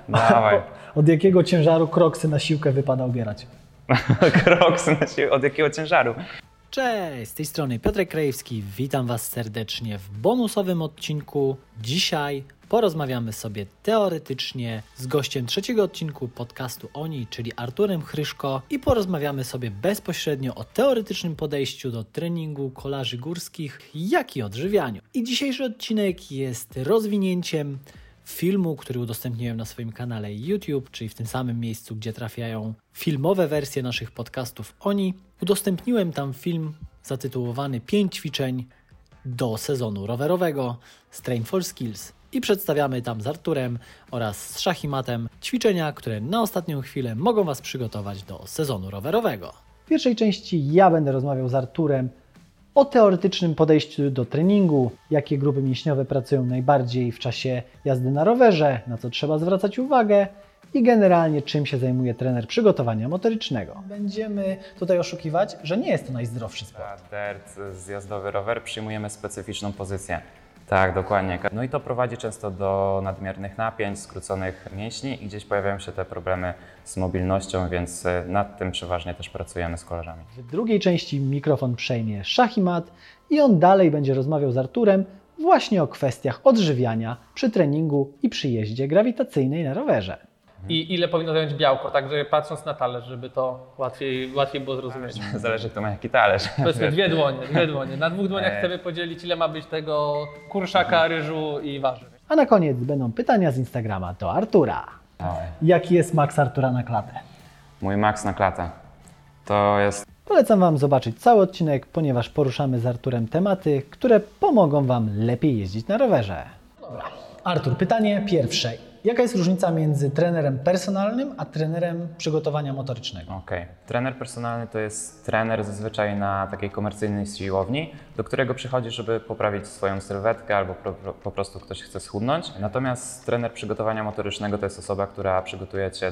Dawaj. Od jakiego ciężaru kroksy na siłkę wypada ubierać? Kroksy od jakiego ciężaru? Cześć, z tej strony Piotrek Krajewski, witam Was serdecznie w bonusowym odcinku. Dzisiaj porozmawiamy sobie teoretycznie z gościem trzeciego odcinku podcastu Oni, czyli Arturem Chryszko, i porozmawiamy sobie bezpośrednio o teoretycznym podejściu do treningu kolarzy górskich, jak i odżywianiu. I dzisiejszy odcinek jest rozwinięciem filmu, który udostępniłem na swoim kanale YouTube, czyli w tym samym miejscu, gdzie trafiają filmowe wersje naszych podcastów Oni. Udostępniłem tam film zatytułowany 5 ćwiczeń do sezonu rowerowego z Train for Skills. I przedstawiamy tam z Arturem oraz z Szachimatem ćwiczenia, które na ostatnią chwilę mogą Was przygotować do sezonu rowerowego. W pierwszej części ja będę rozmawiał z Arturem o teoretycznym podejściu do treningu, jakie grupy mięśniowe pracują najbardziej w czasie jazdy na rowerze, na co trzeba zwracać uwagę i generalnie czym się zajmuje trener przygotowania motorycznego. Będziemy tutaj oszukiwać, że nie jest to najzdrowszy sport. Dirt, zjazdowy rower, przyjmujemy specyficzną pozycję. Tak, dokładnie. No i to prowadzi często do nadmiernych napięć, skróconych mięśni i gdzieś pojawiają się te problemy z mobilnością, więc nad tym przeważnie też pracujemy z kolarzami. W drugiej części mikrofon przejmie Szachimat i on dalej będzie rozmawiał z Arturem właśnie o kwestiach odżywiania przy treningu i przy jeździe grawitacyjnej na rowerze. I ile powinno zająć białko, tak żeby patrząc na talerz, żeby to łatwiej było zrozumieć. Zależy kto ma jaki talerz. Powiedzmy dwie dłonie. Na 2 dłoniach chcemy podzielić, ile ma być tego kurczaka, ryżu i warzyw. A na koniec będą pytania z Instagrama do Artura. Jaki jest maks Artura na klatę? Mój maks na klatę to jest... Polecam Wam zobaczyć cały odcinek, ponieważ poruszamy z Arturem tematy, które pomogą Wam lepiej jeździć na rowerze. Dobra. Artur, pytanie pierwsze. Jaka jest różnica między trenerem personalnym a trenerem przygotowania motorycznego? Okej. Trener personalny to jest trener zazwyczaj na takiej komercyjnej siłowni, do którego przychodzi, żeby poprawić swoją sylwetkę albo po prostu ktoś chce schudnąć. Natomiast trener przygotowania motorycznego to jest osoba, która przygotuje Cię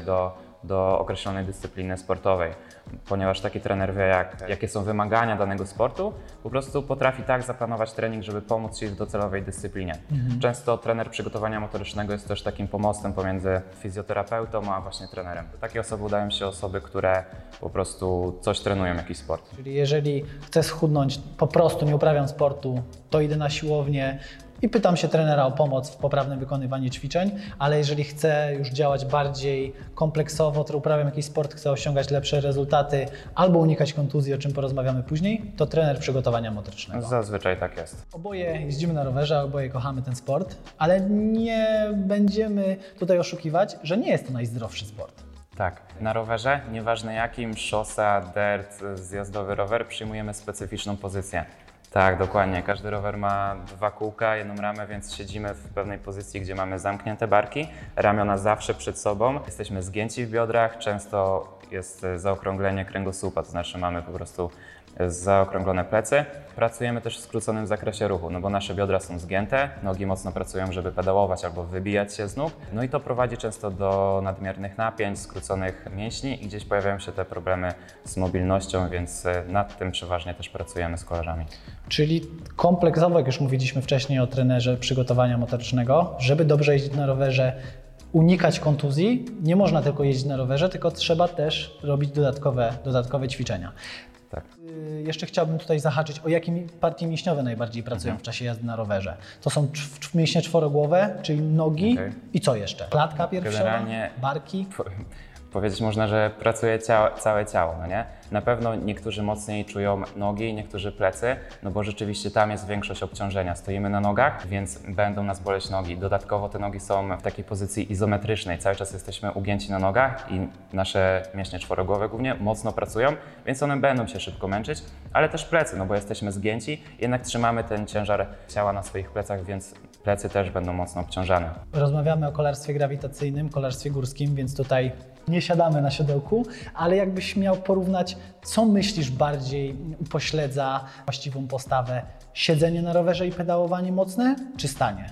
do określonej dyscypliny sportowej. Ponieważ taki trener wie, jakie są wymagania danego sportu, po prostu potrafi tak zaplanować trening, żeby pomóc Ci w docelowej dyscyplinie. Często trener przygotowania motorycznego jest też takim pomostem pomiędzy fizjoterapeutą a właśnie trenerem. Do takiej osoby udają się osoby, które po prostu coś trenują, jakiś sport. Czyli jeżeli chcę schudnąć, po prostu nie uprawiam sportu, to idę na siłownię i pytam się trenera o pomoc w poprawnym wykonywaniu ćwiczeń, ale jeżeli chcę już działać bardziej kompleksowo, to uprawiam jakiś sport, chcę osiągać lepsze rezultaty albo unikać kontuzji, o czym porozmawiamy później, to trener przygotowania motorycznego. Zazwyczaj tak jest. Oboje jeździmy na rowerze, oboje kochamy ten sport, ale nie będziemy tutaj oszukiwać, że nie jest to najzdrowszy sport. Tak, na rowerze, nieważne jakim, szosa, dirt, zjazdowy rower, przyjmujemy specyficzną pozycję. Tak, dokładnie. Każdy rower ma 2 kółka, 1 ramę, więc siedzimy w pewnej pozycji, gdzie mamy zamknięte barki, ramiona zawsze przed sobą. Jesteśmy zgięci w biodrach, często jest zaokrąglenie kręgosłupa, to znaczy mamy po prostu zaokrąglone plecy. Pracujemy też w skróconym zakresie ruchu, no bo nasze biodra są zgięte, nogi mocno pracują, żeby pedałować albo wybijać się z nóg. No i to prowadzi często do nadmiernych napięć, skróconych mięśni i gdzieś pojawiają się te problemy z mobilnością, więc nad tym przeważnie też pracujemy z kolarzami. Czyli kompleksowo, jak już mówiliśmy wcześniej o trenerze przygotowania motorycznego, żeby dobrze jeździć na rowerze, unikać kontuzji, nie można tylko jeździć na rowerze, tylko trzeba też robić dodatkowe ćwiczenia. Tak. Jeszcze chciałbym tutaj zahaczyć, o jakie partie mięśniowe najbardziej pracują w czasie jazdy na rowerze. To są mięśnie czworogłowe, czyli nogi i co jeszcze? Klatka piersiowa, Generalnie barki? Powiedzieć można, że pracuje całe ciało, no nie? Na pewno niektórzy mocniej czują nogi, niektórzy plecy, no bo rzeczywiście tam jest większość obciążenia. Stoimy na nogach, więc będą nas boleć nogi. Dodatkowo te nogi są w takiej pozycji izometrycznej. Cały czas jesteśmy ugięci na nogach i nasze mięśnie czworogłowe głównie mocno pracują, więc one będą się szybko męczyć, ale też plecy, no bo jesteśmy zgięci, jednak trzymamy ten ciężar ciała na swoich plecach, więc plecy też będą mocno obciążane. Rozmawiamy o kolarstwie grawitacyjnym, kolarstwie górskim, więc tutaj nie siadamy na siodełku, ale jakbyś miał porównać, co myślisz bardziej upośledza właściwą postawę? Siedzenie na rowerze i pedałowanie mocne, czy stanie?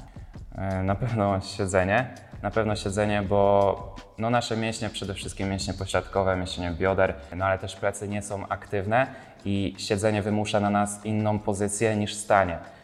Na pewno siedzenie, bo no nasze mięśnie, przede wszystkim mięśnie pośladkowe, mięśnie bioder, no ale też plecy nie są aktywne i siedzenie wymusza na nas inną pozycję niż stanie.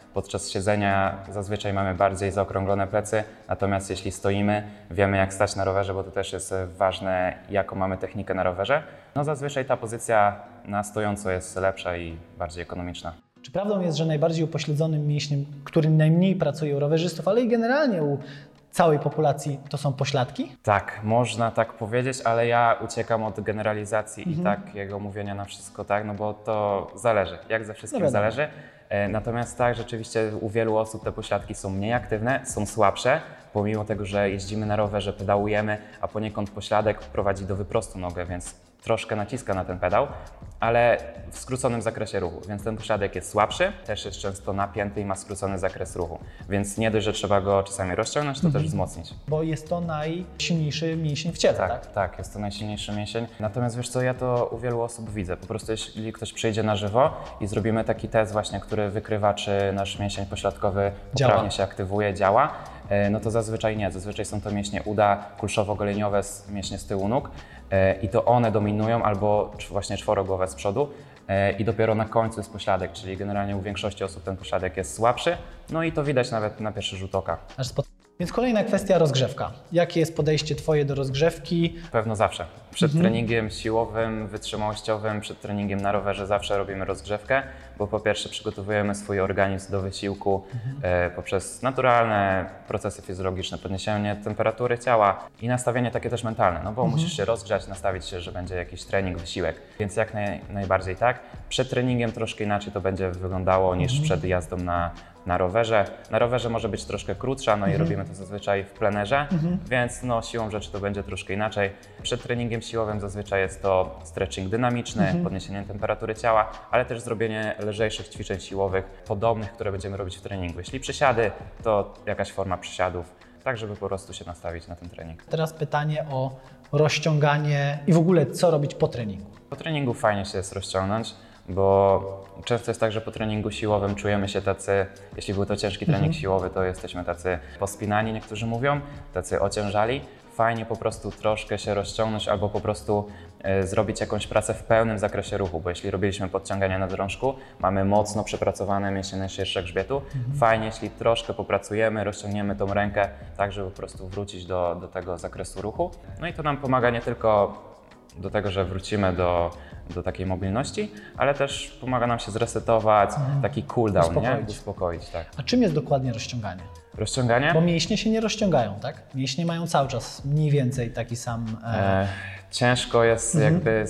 Podczas siedzenia zazwyczaj mamy bardziej zaokrąglone plecy, natomiast jeśli stoimy, wiemy jak stać na rowerze, bo to też jest ważne, jaką mamy technikę na rowerze. No zazwyczaj ta pozycja na stojąco jest lepsza i bardziej ekonomiczna. Czy prawdą jest, że najbardziej upośledzonym mięśniem, którym najmniej pracuje u rowerzystów, ale i generalnie u całej populacji, to są pośladki? Tak, można tak powiedzieć, ale ja uciekam od generalizacji i takiego mówienia na wszystko, tak, no bo to zależy, jak ze wszystkim zależy. Natomiast tak, rzeczywiście u wielu osób te pośladki są mniej aktywne, są słabsze, pomimo tego, że jeździmy na rowerze, pedałujemy, a poniekąd pośladek prowadzi do wyprostu nogę, więc troszkę naciska na ten pedał, ale w skróconym zakresie ruchu, więc ten pośladek jest słabszy, też jest często napięty i ma skrócony zakres ruchu, więc nie dość, że trzeba go czasami rozciągnąć, to też wzmocnić. Bo jest to najsilniejszy mięsień w ciele, tak? Tak, jest to najsilniejszy mięsień. Natomiast wiesz co, ja to u wielu osób widzę. Po prostu jeśli ktoś przyjdzie na żywo i zrobimy taki test właśnie, który wykrywa, czy nasz mięsień pośladkowy poprawnie się aktywuje, działa, no to zazwyczaj nie. Zazwyczaj są to mięśnie uda, kulszowo-goleniowe, mięśnie z tyłu nóg i to one dominują albo właśnie czworogłowe z przodu i dopiero na końcu jest pośladek, czyli generalnie u większości osób ten pośladek jest słabszy, no i to widać nawet na pierwszy rzut oka. Więc kolejna kwestia, rozgrzewka. Jakie jest podejście Twoje do rozgrzewki? Pewno zawsze. Przed treningiem siłowym, wytrzymałościowym, przed treningiem na rowerze zawsze robimy rozgrzewkę, bo po pierwsze przygotowujemy swój organizm do wysiłku poprzez naturalne procesy fizjologiczne, podniesienie temperatury ciała i nastawienie takie też mentalne, no bo musisz się rozgrzać, nastawić się, że będzie jakiś trening, wysiłek, więc jak najbardziej tak. Przed treningiem troszkę inaczej to będzie wyglądało niż przed jazdą na rowerze. Na rowerze może być troszkę krótsza, no i robimy to zazwyczaj w plenerze, więc no siłą rzeczy to będzie troszkę inaczej. Przed treningiem siłowym zazwyczaj jest to stretching dynamiczny, podniesienie temperatury ciała, ale też zrobienie lżejszych ćwiczeń siłowych, podobnych, które będziemy robić w treningu. Jeśli przysiady, to jakaś forma przysiadów, tak żeby po prostu się nastawić na ten trening. Teraz pytanie o rozciąganie i w ogóle co robić po treningu. Po treningu fajnie się jest rozciągnąć, bo często jest tak, że po treningu siłowym czujemy się tacy, jeśli był to ciężki trening siłowy, to jesteśmy tacy pospinani, niektórzy mówią, tacy ociężali. Fajnie po prostu troszkę się rozciągnąć albo po prostu zrobić jakąś pracę w pełnym zakresie ruchu, bo jeśli robiliśmy podciągania na drążku, mamy mocno przepracowane mięśnie najszerszego grzbietu. Fajnie, jeśli troszkę popracujemy, rozciągniemy tą rękę, tak żeby po prostu wrócić do tego zakresu ruchu. No i to nam pomaga nie tylko do tego, że wrócimy do takiej mobilności, ale też pomaga nam się zresetować, taki cooldown, uspokoić, tak. A czym jest dokładnie rozciąganie? Rozciąganie? Bo mięśnie się nie rozciągają, tak? Mięśnie mają cały czas mniej więcej taki sam... Ciężko jest jakby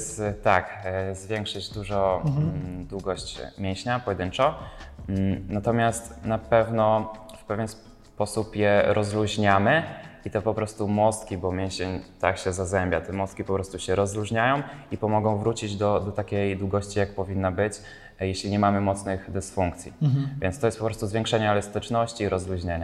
zwiększyć dużo długość mięśnia pojedynczo, natomiast na pewno w pewien sposób je rozluźniamy i te po prostu mostki, bo mięsień tak się zazębia, te mostki po prostu się rozluźniają i pomogą wrócić do takiej długości, jak powinna być, jeśli nie mamy mocnych dysfunkcji. Więc to jest po prostu zwiększenie elastyczności i rozluźnienie.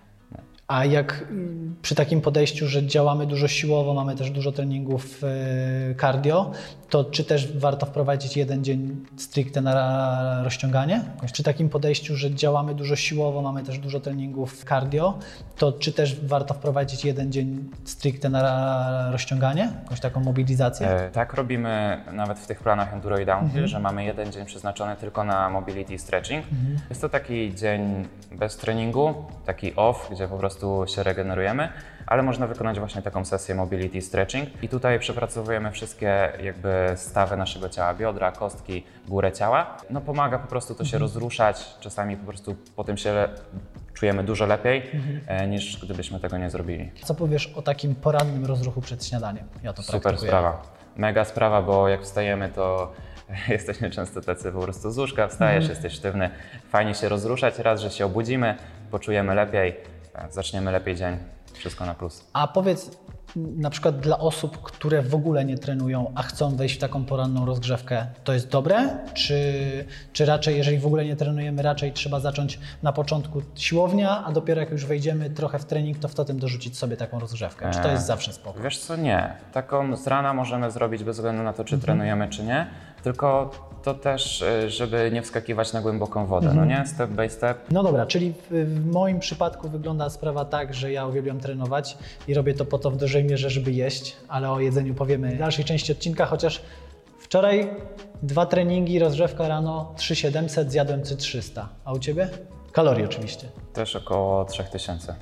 A jak przy takim podejściu, że działamy dużo siłowo, mamy też dużo treningów cardio, to czy też warto wprowadzić jeden dzień stricte na rozciąganie? Przy takim podejściu, że działamy dużo siłowo, mamy też dużo treningów cardio, to czy też warto wprowadzić jeden dzień stricte na rozciąganie? Jakąś taką mobilizację? Tak robimy nawet w tych planach Enduro i Downhill, że mamy jeden dzień przeznaczony tylko na mobility i stretching. Jest to taki dzień bez treningu, taki off, gdzie po prostu się regenerujemy, ale można wykonać właśnie taką sesję mobility stretching i tutaj przepracowujemy wszystkie jakby stawy naszego ciała, biodra, kostki, górę ciała. No pomaga po prostu to się rozruszać, czasami po prostu po tym się czujemy dużo lepiej niż gdybyśmy tego nie zrobili. Co powiesz o takim porannym rozruchu przed śniadaniem? Ja to Super praktykuję. sprawa, mega sprawa, bo jak wstajemy, to jesteśmy często tacy po prostu z łóżka, wstajesz, jesteś sztywny, fajnie się rozruszać, raz, że się obudzimy, poczujemy lepiej, zaczniemy lepiej dzień, wszystko na plus. A powiedz na przykład dla osób, które w ogóle nie trenują, a chcą wejść w taką poranną rozgrzewkę, to jest dobre? Czy raczej, jeżeli w ogóle nie trenujemy, raczej trzeba zacząć na początku siłownia, a dopiero jak już wejdziemy trochę w trening, to wtedy dorzucić sobie taką rozgrzewkę? Czy to jest zawsze spoko? Wiesz co, nie. Taką z rana możemy zrobić bez względu na to, czy trenujemy, czy nie, tylko to też, żeby nie wskakiwać na głęboką wodę, no nie? Step by step. No dobra, czyli w moim przypadku wygląda sprawa tak, że ja uwielbiam trenować i robię to po to w dużej mierze, żeby jeść, ale o jedzeniu powiemy w dalszej części odcinka, chociaż wczoraj 2 treningi, rozgrzewka rano, 3700, zjadłem 300. A u Ciebie? Kalorii oczywiście. Też około 3000.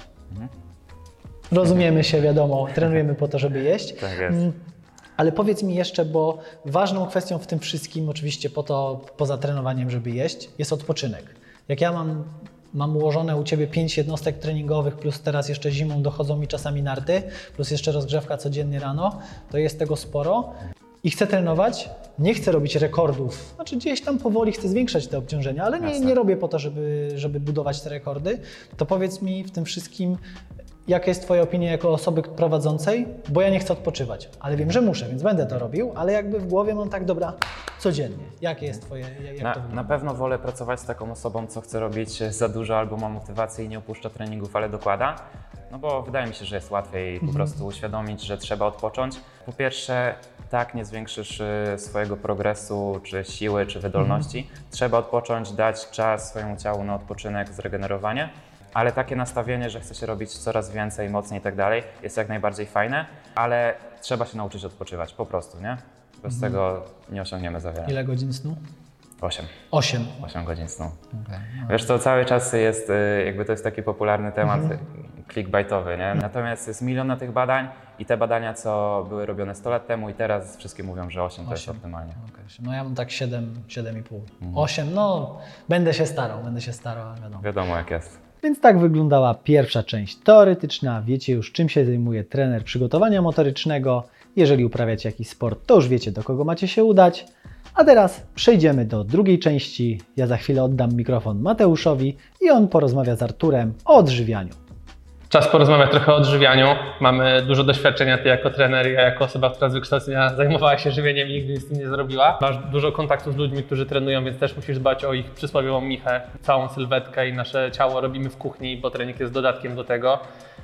Rozumiemy się, wiadomo, trenujemy po to, żeby jeść. Tak jest. Ale powiedz mi jeszcze, bo ważną kwestią w tym wszystkim, oczywiście po to, poza trenowaniem, żeby jeść, jest odpoczynek. Jak ja mam ułożone u Ciebie 5 jednostek treningowych, plus teraz jeszcze zimą dochodzą mi czasami narty, plus jeszcze rozgrzewka codziennie rano, to jest tego sporo. I chcę trenować, nie chcę robić rekordów, znaczy gdzieś tam powoli chcę zwiększać te obciążenia, ale nie robię po to, żeby budować te rekordy. To powiedz mi w tym wszystkim, jaka jest Twoja opinia jako osoby prowadzącej, bo ja nie chcę odpoczywać, ale wiem, że muszę, więc będę to robił, ale jakby w głowie mam tak, dobra, codziennie. Jakie jest Twoje, jak to wygląda? Na pewno wolę pracować z taką osobą, co chce robić za dużo albo ma motywację i nie opuszcza treningów, ale dokłada. No bo wydaje mi się, że jest łatwiej po prostu uświadomić, że trzeba odpocząć. Po pierwsze, tak nie zwiększysz swojego progresu, czy siły, czy wydolności. Trzeba odpocząć, dać czas swojemu ciału na odpoczynek, zregenerowanie. Ale takie nastawienie, że chce się robić coraz więcej, mocniej i tak dalej, jest jak najbardziej fajne, ale trzeba się nauczyć odpoczywać, po prostu, nie? Bez tego nie osiągniemy za wiele. Ile godzin snu? 8. 8. 8 godzin snu. Wiesz co, cały czas jest, jakby to jest taki popularny temat clickbaitowy, nie? Natomiast jest milion na tych badań i te badania, co były robione 100 lat temu i teraz wszystkie mówią, że 8 to jest optymalnie. No ja mam tak 7,5. 8, no będę się starał, ale wiadomo. Wiadomo jak jest. Więc tak wyglądała pierwsza część teoretyczna. Wiecie już, czym się zajmuje trener przygotowania motorycznego. Jeżeli uprawiacie jakiś sport, to już wiecie, do kogo macie się udać. A teraz przejdziemy do drugiej części. Ja za chwilę oddam mikrofon Mateuszowi i on porozmawia z Arturem o odżywianiu. Czas porozmawiać trochę o odżywianiu. Mamy dużo doświadczenia, ty jako trener, ja jako osoba, która z wykształcenia zajmowała się żywieniem i nigdy nic z tym nie zrobiła. Masz dużo kontaktu z ludźmi, którzy trenują, więc też musisz dbać o ich przysłowiową michę. Całą sylwetkę i nasze ciało robimy w kuchni, bo trening jest dodatkiem do tego.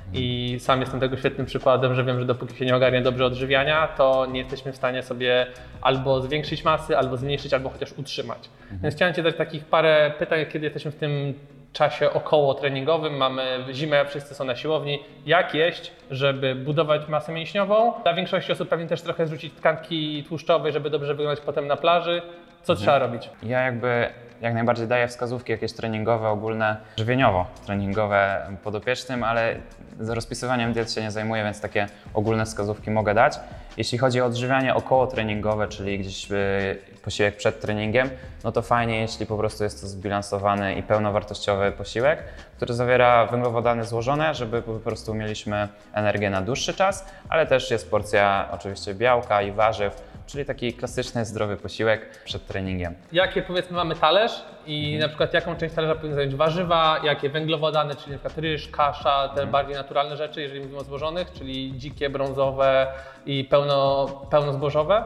I sam jestem tego świetnym przykładem, że wiem, że dopóki się nie ogarnie dobrze odżywiania, to nie jesteśmy w stanie sobie albo zwiększyć masy, albo zmniejszyć, albo chociaż utrzymać. Więc chciałem Ci dać takich parę pytań, kiedy jesteśmy w tym czasie około treningowym, mamy zimę, wszyscy są na siłowni. Jak jeść, żeby budować masę mięśniową? Dla większości osób pewnie też trochę zrzucić tkanki tłuszczowej, żeby dobrze wyglądać potem na plaży. Co trzeba robić? Ja jak najbardziej daję wskazówki jakieś treningowe, ogólne, żywieniowo-treningowe podopiecznym, ale z rozpisywaniem diet się nie zajmuję, więc takie ogólne wskazówki mogę dać. Jeśli chodzi o odżywianie okołotreningowe, czyli gdzieś posiłek przed treningiem, no to fajnie, jeśli po prostu jest to zbilansowany i pełnowartościowy posiłek, który zawiera węglowodany złożone, żeby po prostu mieliśmy energię na dłuższy czas, ale też jest porcja oczywiście białka i warzyw, czyli taki klasyczny, zdrowy posiłek przed treningiem. Jakie powiedzmy mamy talerz i na przykład jaką część talerza powinny zająć warzywa, jakie węglowodany, czyli na przykład ryż, kasza, te bardziej naturalne rzeczy, jeżeli mówimy o złożonych, czyli dzikie, brązowe i pełnozbożowe.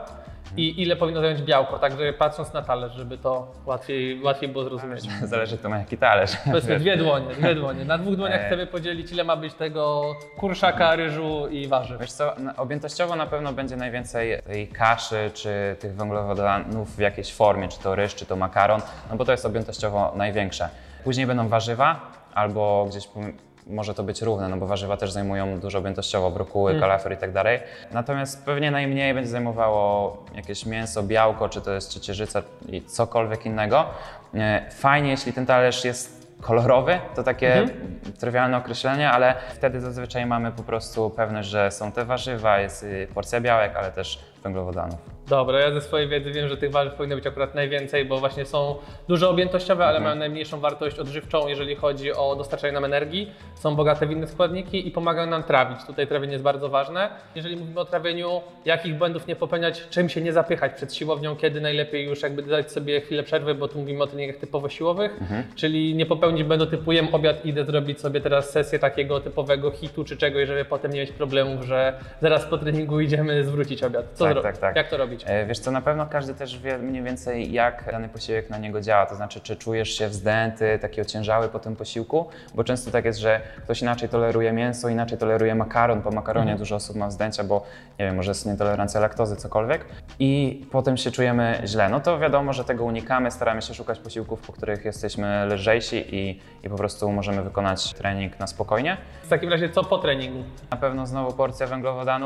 I ile powinno zająć białko, także patrząc na talerz, żeby to łatwiej było zrozumieć. Zależy to na jaki talerz. Powiedzmy dwie dłonie. Na 2 dłoniach chcemy podzielić, ile ma być tego kurczaka, ryżu i warzyw. Wiesz co, objętościowo na pewno będzie najwięcej tej kaszy, czy tych węglowodanów w jakiejś formie, czy to ryż, czy to makaron, no bo to jest objętościowo największe. Później będą warzywa, albo gdzieś może to być równe, no bo warzywa też zajmują dużo objętościowo, brokuły, kalafior i tak dalej. Natomiast pewnie najmniej będzie zajmowało jakieś mięso, białko, czy to jest ciecierzyca i cokolwiek innego. Fajnie, jeśli ten talerz jest kolorowy, to takie trywialne określenie, ale wtedy zazwyczaj mamy po prostu pewność, że są te warzywa, jest porcja białek, ale też węglowodanów. Dobra, ja ze swojej wiedzy wiem, że tych warzyw powinno być akurat najwięcej, bo właśnie są dużo objętościowe, ale mają najmniejszą wartość odżywczą, jeżeli chodzi o dostarczanie nam energii. Są bogate w inne składniki i pomagają nam trawić. Tutaj trawienie jest bardzo ważne. Jeżeli mówimy o trawieniu, jakich błędów nie popełniać, czym się nie zapychać przed siłownią, kiedy najlepiej już jakby dać sobie chwilę przerwy, bo tu mówimy o treningach typowo siłowych, czyli nie popełnić błędu typu jem obiad, idę zrobić sobie teraz sesję takiego typowego hitu czy czegoś, żeby potem nie mieć problemów, że zaraz po treningu idziemy zwrócić obiad. Co zrobić? Tak. Jak to robić? Wiesz co, na pewno każdy też wie mniej więcej, jak dany posiłek na niego działa, to znaczy, czy czujesz się wzdęty, taki ociężały po tym posiłku, bo często tak jest, że ktoś inaczej toleruje mięso, inaczej toleruje makaron, po makaronie dużo osób ma wzdęcia, bo nie wiem, może jest nietolerancja laktozy, cokolwiek i potem się czujemy źle. No to wiadomo, że tego unikamy, staramy się szukać posiłków, po których jesteśmy lżejsi i po prostu możemy wykonać trening na spokojnie. W takim razie co po treningu? Na pewno znowu porcja węglowodanów,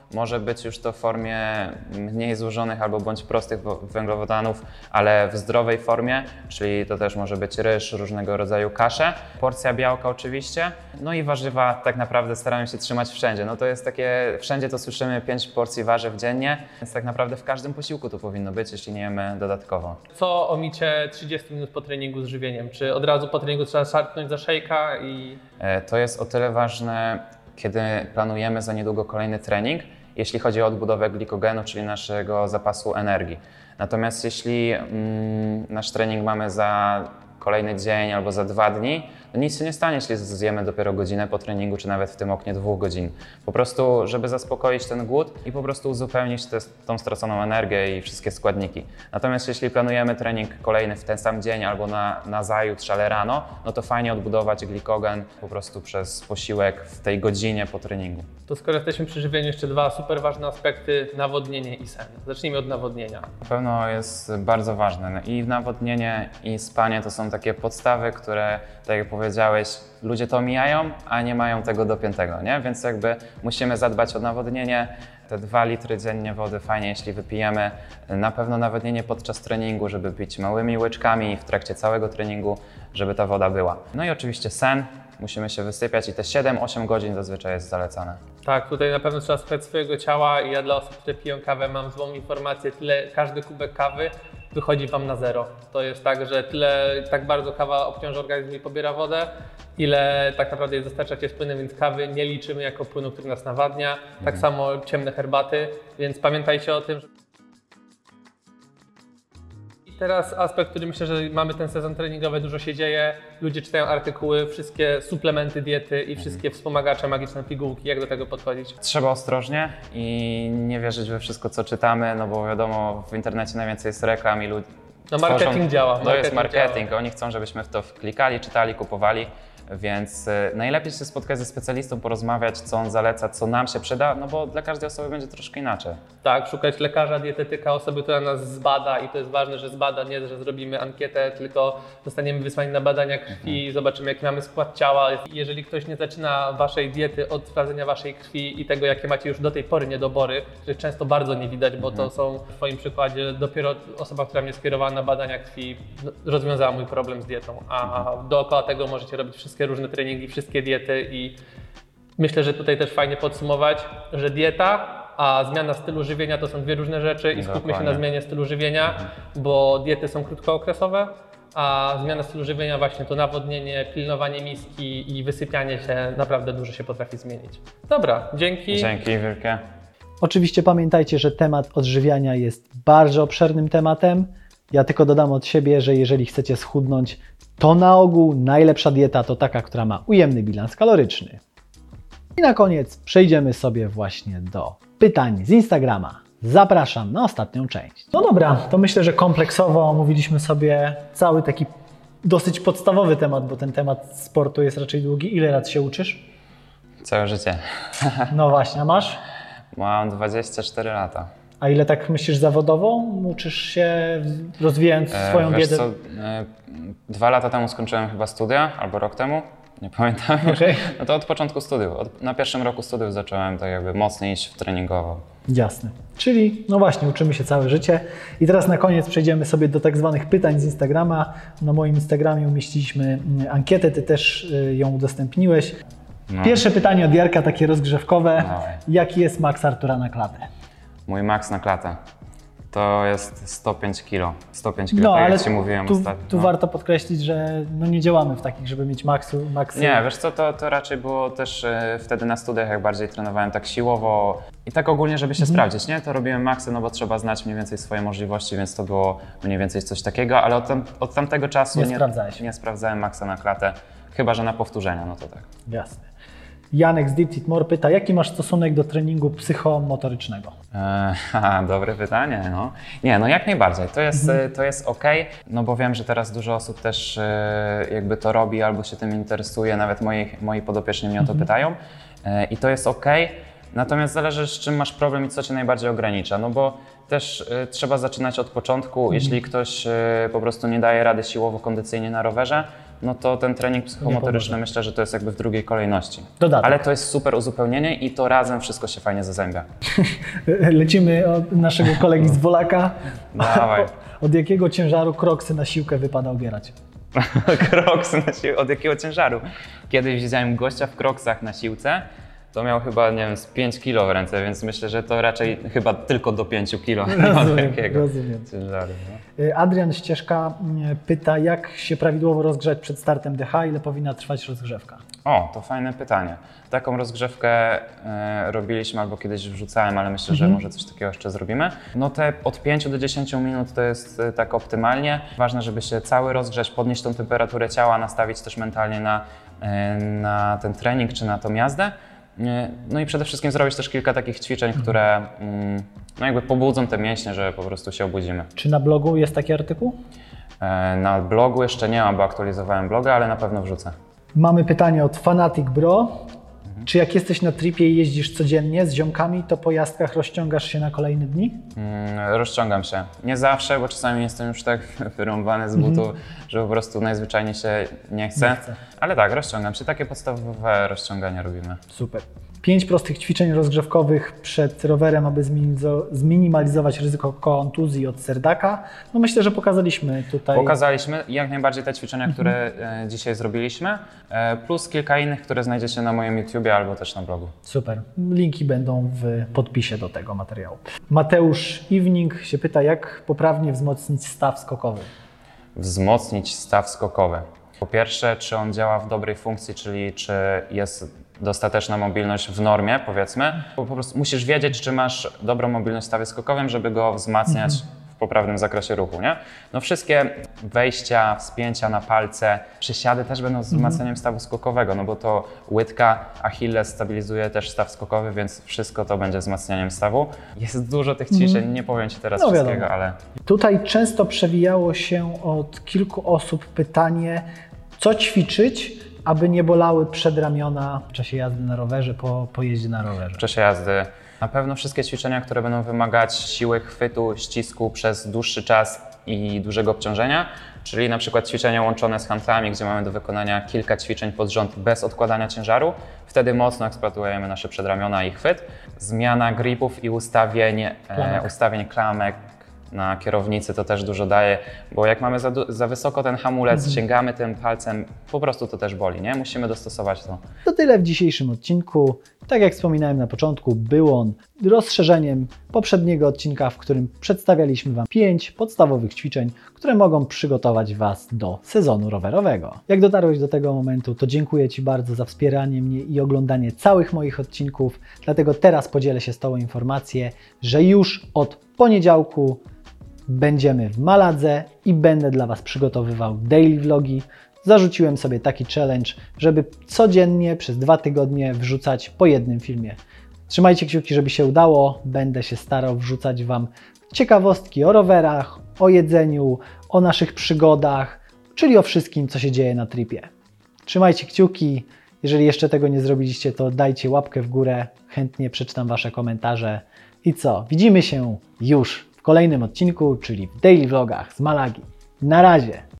Może być już to w formie mniej złożonych albo bądź prostych węglowodanów, ale w zdrowej formie, czyli to też może być ryż, różnego rodzaju kasze, porcja białka oczywiście, no i warzywa tak naprawdę staramy się trzymać wszędzie. No to jest takie, wszędzie to słyszymy 5 porcji warzyw dziennie, więc tak naprawdę w każdym posiłku to powinno być, jeśli nie jemy dodatkowo. Co o micie 30 minut po treningu z żywieniem? Czy od razu po treningu trzeba szarpnąć za szejka i... To jest o tyle ważne, kiedy planujemy za niedługo kolejny trening, jeśli chodzi o odbudowę glikogenu, czyli naszego zapasu energii. Natomiast jeśli nasz trening mamy za kolejny dzień albo za 2 dni, to nic się nie stanie, jeśli zjemy dopiero godzinę po treningu, czy nawet w tym oknie 2 godzin. Po prostu, żeby zaspokoić ten głód i po prostu uzupełnić tą straconą energię i wszystkie składniki. Natomiast jeśli planujemy trening kolejny w ten sam dzień albo na zajutrz, ale rano, no to fajnie odbudować glikogen po prostu przez posiłek w tej godzinie po treningu. To skoro jesteśmy przy żywieniu, jeszcze 2 super ważne aspekty, nawodnienie i sen. Zacznijmy od nawodnienia. Na pewno jest bardzo ważne i nawodnienie i spanie to są takie podstawy, które, tak jak powiedziałeś, ludzie to omijają, a nie mają tego dopiętego, nie? Więc jakby musimy zadbać o nawodnienie. Te 2 litry dziennie wody fajnie, jeśli wypijemy. Na pewno nawodnienie podczas treningu, żeby pić małymi łyczkami w trakcie całego treningu, żeby ta woda była. No i oczywiście sen. Musimy się wysypiać i te 7-8 godzin zazwyczaj jest zalecane. Tak, tutaj na pewno trzeba słuchać swojego ciała i ja dla osób, które piją kawę, mam złą informację, każdy kubek kawy wychodzi Wam na 0. To jest tak, że tak bardzo kawa obciąża organizm i pobiera wodę, ile tak naprawdę jest dostarczacie z płynem, więc kawy nie liczymy jako płynu, który nas nawadnia. Tak samo ciemne herbaty, więc pamiętajcie o tym, że... Teraz aspekt, który myślę, że mamy ten sezon treningowy, dużo się dzieje, ludzie czytają artykuły, wszystkie suplementy diety i wszystkie wspomagacze, magiczne pigułki, jak do tego podchodzić? Trzeba ostrożnie i nie wierzyć we wszystko, co czytamy, no bo wiadomo, w internecie najwięcej jest reklam i ludzie... No marketing działa. To jest marketing, oni chcą, żebyśmy w to klikali, czytali, kupowali. Więc najlepiej się spotkać ze specjalistą, porozmawiać, co on zaleca, co nam się przyda, no bo dla każdej osoby będzie troszkę inaczej. Tak, szukać lekarza, dietetyka, osoby, która nas zbada i to jest ważne, że zbada, nie, że zrobimy ankietę, tylko zostaniemy wysłani na badania krwi, zobaczymy jaki mamy skład ciała. Jeżeli ktoś nie zaczyna Waszej diety od sprawdzenia Waszej krwi i tego, jakie macie już do tej pory niedobory, których często bardzo nie widać, bo to są w Twoim przykładzie dopiero osoba, która mnie skierowała na badania krwi, rozwiązała mój problem z dietą, a dookoła tego możecie robić wszystkie różne treningi, wszystkie diety i myślę, że tutaj też fajnie podsumować, że dieta a zmiana stylu żywienia to są 2 różne rzeczy i skupmy się na zmianie stylu żywienia, bo diety są krótkookresowe, a zmiana stylu żywienia właśnie to nawodnienie, pilnowanie miski i wysypianie się naprawdę dużo się potrafi zmienić. Dobra, dzięki. Dzięki wielkie. Oczywiście pamiętajcie, że temat odżywiania jest bardzo obszernym tematem. Ja tylko dodam od siebie, że jeżeli chcecie schudnąć, to na ogół najlepsza dieta to taka, która ma ujemny bilans kaloryczny. I na koniec przejdziemy sobie właśnie do pytań z Instagrama. Zapraszam na ostatnią część. No dobra, to myślę, że kompleksowo omówiliśmy sobie cały taki dosyć podstawowy temat, bo ten temat sportu jest raczej długi. Ile lat się uczysz? Całe życie. No właśnie, a masz? Mam 24 lata. A ile tak myślisz zawodowo? Uczysz się, rozwijając swoją wiedzę? Co, 2 lata temu skończyłem chyba studia, albo rok temu, nie pamiętam. Okay. No to od początku studiów. Na pierwszym roku studiów zacząłem tak jakby mocniej iść w treningowo. Jasne. Czyli no właśnie, uczymy się całe życie. I teraz na koniec przejdziemy sobie do tak zwanych pytań z Instagrama. Na moim Instagramie umieściliśmy ankietę, Ty też ją udostępniłeś. No. Pierwsze pytanie od Jarka, takie rozgrzewkowe. No. Jaki jest maks Artura na klatę? Mój maks na klatę to jest 105 kg. 105 kg, No, tak ale jak Ci mówiłem ostatnio. tu warto podkreślić, że no nie działamy w takich, żeby mieć maksy. Nie, wiesz co, to raczej było też wtedy na studiach, jak bardziej trenowałem tak siłowo i tak ogólnie, żeby się sprawdzić, nie? To robiłem maksy, no bo trzeba znać mniej więcej swoje możliwości, więc to było mniej więcej coś takiego, ale od tamtego czasu nie sprawdzałem maksa na klatę, chyba że na powtórzenia, no to tak. Jasne. Janek z Deep Eat More pyta, jaki masz stosunek do treningu psychomotorycznego? Dobre pytanie, no. Nie, no jak najbardziej, to jest ok, no bo wiem, że teraz dużo osób też jakby to robi albo się tym interesuje, nawet moi podopieczni mnie o to pytają i to jest ok, natomiast zależy z czym masz problem i co Cię najbardziej ogranicza, no bo też trzeba zaczynać od początku, jeśli ktoś po prostu nie daje rady siłowo, kondycyjnie na rowerze, no to ten trening psychomotoryczny myślę, że to jest jakby w drugiej kolejności. Dodatek. Ale to jest super uzupełnienie i to razem wszystko się fajnie zazębia. Lecimy od naszego kolegi z Wolaka. Dawaj. Od jakiego ciężaru kroksy na siłkę wypada ubierać? Kroksy na siłę, od jakiego ciężaru? Kiedyś widziałem gościa w kroksach na siłce, to miał chyba, nie wiem, z 5 kilo w ręce, więc myślę, że to raczej chyba tylko do 5 kilo, nie ma takiego ciężaru. No? Adrian Ścieżka pyta, jak się prawidłowo rozgrzać przed startem DH, ile powinna trwać rozgrzewka? O, to fajne pytanie. Taką rozgrzewkę robiliśmy albo kiedyś wrzucałem, ale myślę, że może coś takiego jeszcze zrobimy. No te od 5 do 10 minut to jest tak optymalnie. Ważne, żeby się cały rozgrzać, podnieść tą temperaturę ciała, nastawić też mentalnie na ten trening czy na tą jazdę. No i przede wszystkim zrobić też kilka takich ćwiczeń, które no jakby pobudzą te mięśnie, że po prostu się obudzimy. Czy na blogu jest taki artykuł? Na blogu jeszcze nie mam, bo aktualizowałem bloga, ale na pewno wrzucę. Mamy pytanie od Fanatic Bro. Czy jak jesteś na tripie i jeździsz codziennie z ziomkami, to po jazdkach rozciągasz się na kolejne dni? Rozciągam się. Nie zawsze, bo czasami jestem już tak wyrąbany z butu, że po prostu najzwyczajniej się nie chce. Ale tak, rozciągam się. Takie podstawowe rozciągania robimy. Super. 5 prostych ćwiczeń rozgrzewkowych przed rowerem, aby zminimalizować ryzyko kontuzji od serdaka. No myślę, że pokazaliśmy tutaj. Pokazaliśmy jak najbardziej te ćwiczenia, które dzisiaj zrobiliśmy, plus kilka innych, które znajdziecie na moim YouTubie albo też na blogu. Super. Linki będą w podpisie do tego materiału. Mateusz Evening się pyta, jak poprawnie wzmocnić staw skokowy? Wzmocnić staw skokowy. Po pierwsze, czy on działa w dobrej funkcji, czyli czy jest dostateczna mobilność w normie, powiedzmy. Po prostu musisz wiedzieć, czy masz dobrą mobilność w stawie skokowym, żeby go wzmacniać w poprawnym zakresie ruchu, nie? No wszystkie wejścia, wspięcia na palce, przysiady też będą wzmacnianiem stawu skokowego, no bo to łydka, Achilles stabilizuje też staw skokowy, więc wszystko to będzie wzmacnianiem stawu. Jest dużo tych ćwiczeń, nie powiem Ci teraz wszystkiego, wiadomo. ale... Tutaj często przewijało się od kilku osób pytanie, co ćwiczyć, aby nie bolały przedramiona w czasie jazdy na rowerze, po jeździe na rowerze. W czasie jazdy na pewno wszystkie ćwiczenia, które będą wymagać siły chwytu, ścisku przez dłuższy czas i dużego obciążenia, czyli na przykład ćwiczenia łączone z handlami, gdzie mamy do wykonania kilka ćwiczeń pod rząd bez odkładania ciężaru. Wtedy mocno eksploatujemy nasze przedramiona i chwyt. Zmiana gripów i ustawień klamek na kierownicy to też dużo daje, bo jak mamy za wysoko ten hamulec, sięgamy tym palcem, po prostu to też boli, nie? Musimy dostosować to. To tyle w dzisiejszym odcinku. Tak jak wspominałem na początku, był on rozszerzeniem poprzedniego odcinka, w którym przedstawialiśmy Wam 5 podstawowych ćwiczeń, które mogą przygotować Was do sezonu rowerowego. Jak dotarłeś do tego momentu, to dziękuję Ci bardzo za wspieranie mnie i oglądanie całych moich odcinków, dlatego teraz podzielę się z Tobą informację, że już od poniedziałku będziemy w Maladze i będę dla Was przygotowywał daily vlogi. Zarzuciłem sobie taki challenge, żeby codziennie przez 2 tygodnie wrzucać po jednym filmie. Trzymajcie kciuki, żeby się udało. Będę się starał wrzucać Wam ciekawostki o rowerach, o jedzeniu, o naszych przygodach, czyli o wszystkim, co się dzieje na tripie. Trzymajcie kciuki. Jeżeli jeszcze tego nie zrobiliście, to dajcie łapkę w górę. Chętnie przeczytam Wasze komentarze. I co? Widzimy się już w kolejnym odcinku, czyli w daily vlogach z Malagi. Na razie!